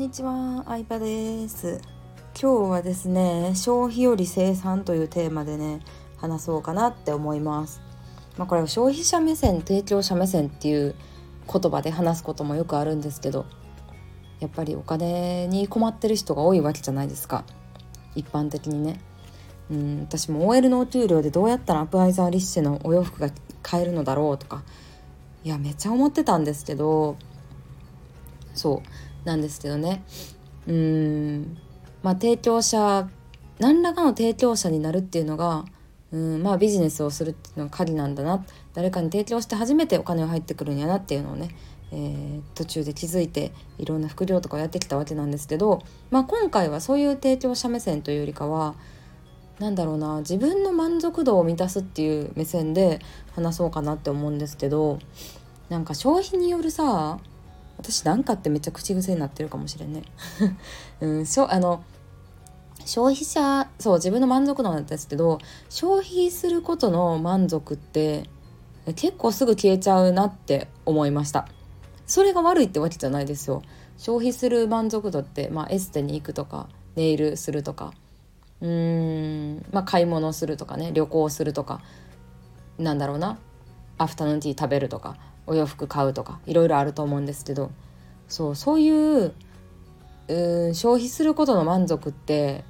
にちは、相葉です。今日はですね、消費より生産というテーマでね、話そうかなって思います。これは消費者目線、提供者目線っていう言葉で話すこともよくあるんですけど、やっぱりお金に困ってる人が多いわけじゃないですか、一般的にね。私も OL のお給料でどうやったらアプアイザーリッシュのお洋服が買えるのだろうとか、めっちゃ思ってたんですけど、そうなんですけどね。提供者、何らかの提供者になるっていうのがビジネスをするっていうのが鍵なんだな、誰かに提供して初めてお金が入ってくるんやなっていうのをね、途中で気づいていろんな副業とかをやってきたわけなんですけど、今回はそういう提供者目線というよりかは、自分の満足度を満たすっていう目線で話そうかなって思うんですけど、消費による私ってめっちゃ口癖になってるかもしれんね消費者、自分の満足度なんですけど、消費することの満足って結構すぐ消えちゃうなって思いました。それが悪いってわけじゃないですよ。消費する満足度って、エステに行くとか、ネイルするとか、買い物するとかね、旅行するとか、アフタヌーンティー食べるとか、お洋服買うとか、いろいろあると思うんですけど、そういう消費することの満足って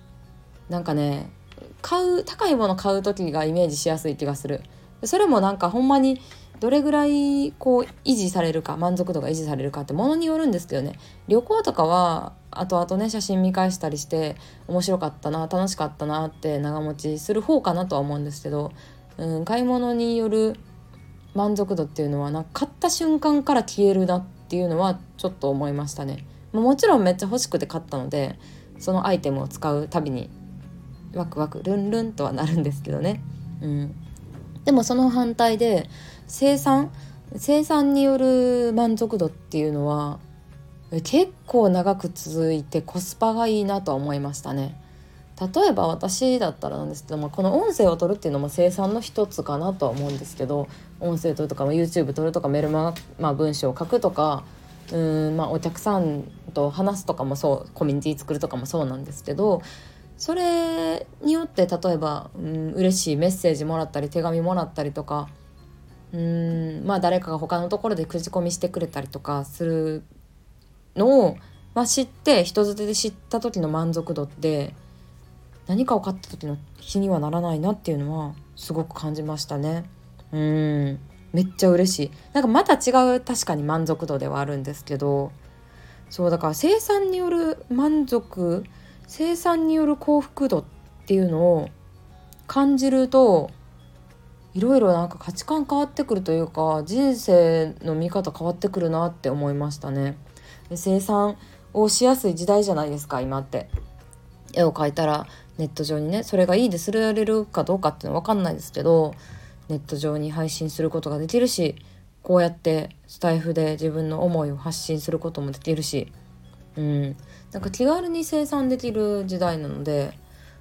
高いもの買う時がイメージしやすい気がする。それもほんまにどれぐらい維持されるか、満足度が維持されるかってものによるんですけどね。旅行とかは後々ね、写真見返したりして面白かったな、楽しかったなって長持ちする方かなとは思うんですけど、買い物による満足度っていうのは買った瞬間から消えるなっていうのはちょっと思いましたね。もちろんめっちゃ欲しくて買ったので、そのアイテムを使うたびにワクワクルンルンとはなるんですけどね。でもその反対で生産による満足度っていうのは結構長く続いてコスパがいいなとは思いましたね。例えば私だったらなんですけどこの音声を取るっていうのも生産の一つかなとは思うんですけど、音声取るとか YouTube 取るとか、メルマガ、文章を書くとか、お客さんと話すとかもそう、コミュニティ作るとかもそうなんですけど、それによって例えば嬉しいメッセージもらったり、手紙もらったりとか、誰かが他のところで口コミしてくれたりとかするのを、知って人づてで知った時の満足度って何かを買った時の比にはならないなっていうのはすごく感じましたね。めっちゃ嬉しい。また違う確かに満足度ではあるんですけど、だから生産による満足、生産による幸福度っていうのを感じると、いろいろ価値観変わってくるというか、人生の見方変わってくるなって思いましたね。生産をしやすい時代じゃないですか今って。絵を描いたらネット上にね、それがいいですられるかどうかっていうのは分かんないですけど、ネット上に配信することができるし、こうやってスタイフで自分の思いを発信することもできるし、気軽に生産できる時代なので、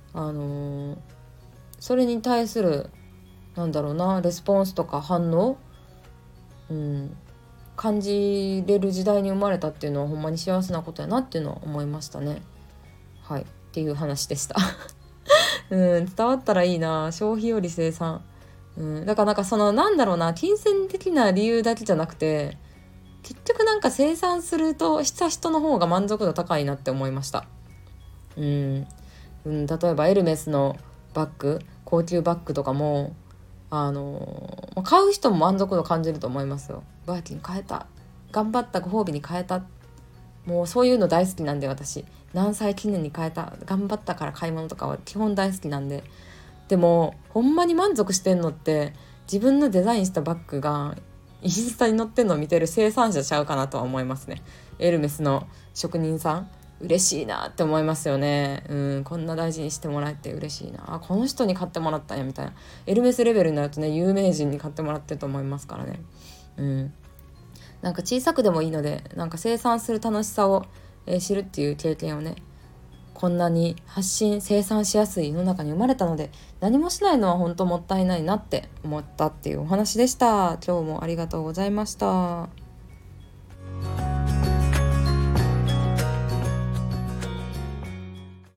それに対するレスポンスとか反応、感じれる時代に生まれたっていうのはほんまに幸せなことやなっていうのは思いましたね。はいっていう話でした伝わったらいいな。消費より生産、だから金銭的な理由だけじゃなくて、結局生産するとした人の方が満足度高いなって思いました。例えばエルメスのバッグ、高級バッグとかも買う人も満足度感じると思いますよ。バーキン買えた、頑張ったご褒美に買えた、もうそういうの大好きなんで、私何歳記念に買えた、頑張ったから買い物とかは基本大好きなんで。でもほんまに満足してんのって自分のデザインしたバッグがインスタに載ってんのを見てる生産者ちゃうかなとは思いますね。エルメスの職人さん嬉しいなって思いますよね。こんな大事にしてもらえて嬉しいな、この人に買ってもらったんやみたいな。エルメスレベルになるとね、有名人に買ってもらってると思いますからね。小さくでもいいので生産する楽しさを、知るっていう経験をね、こんなに生産しやすい世の中に生まれたので、何もしないのは本当もったいないなって思ったっていうお話でした。今日もありがとうございました。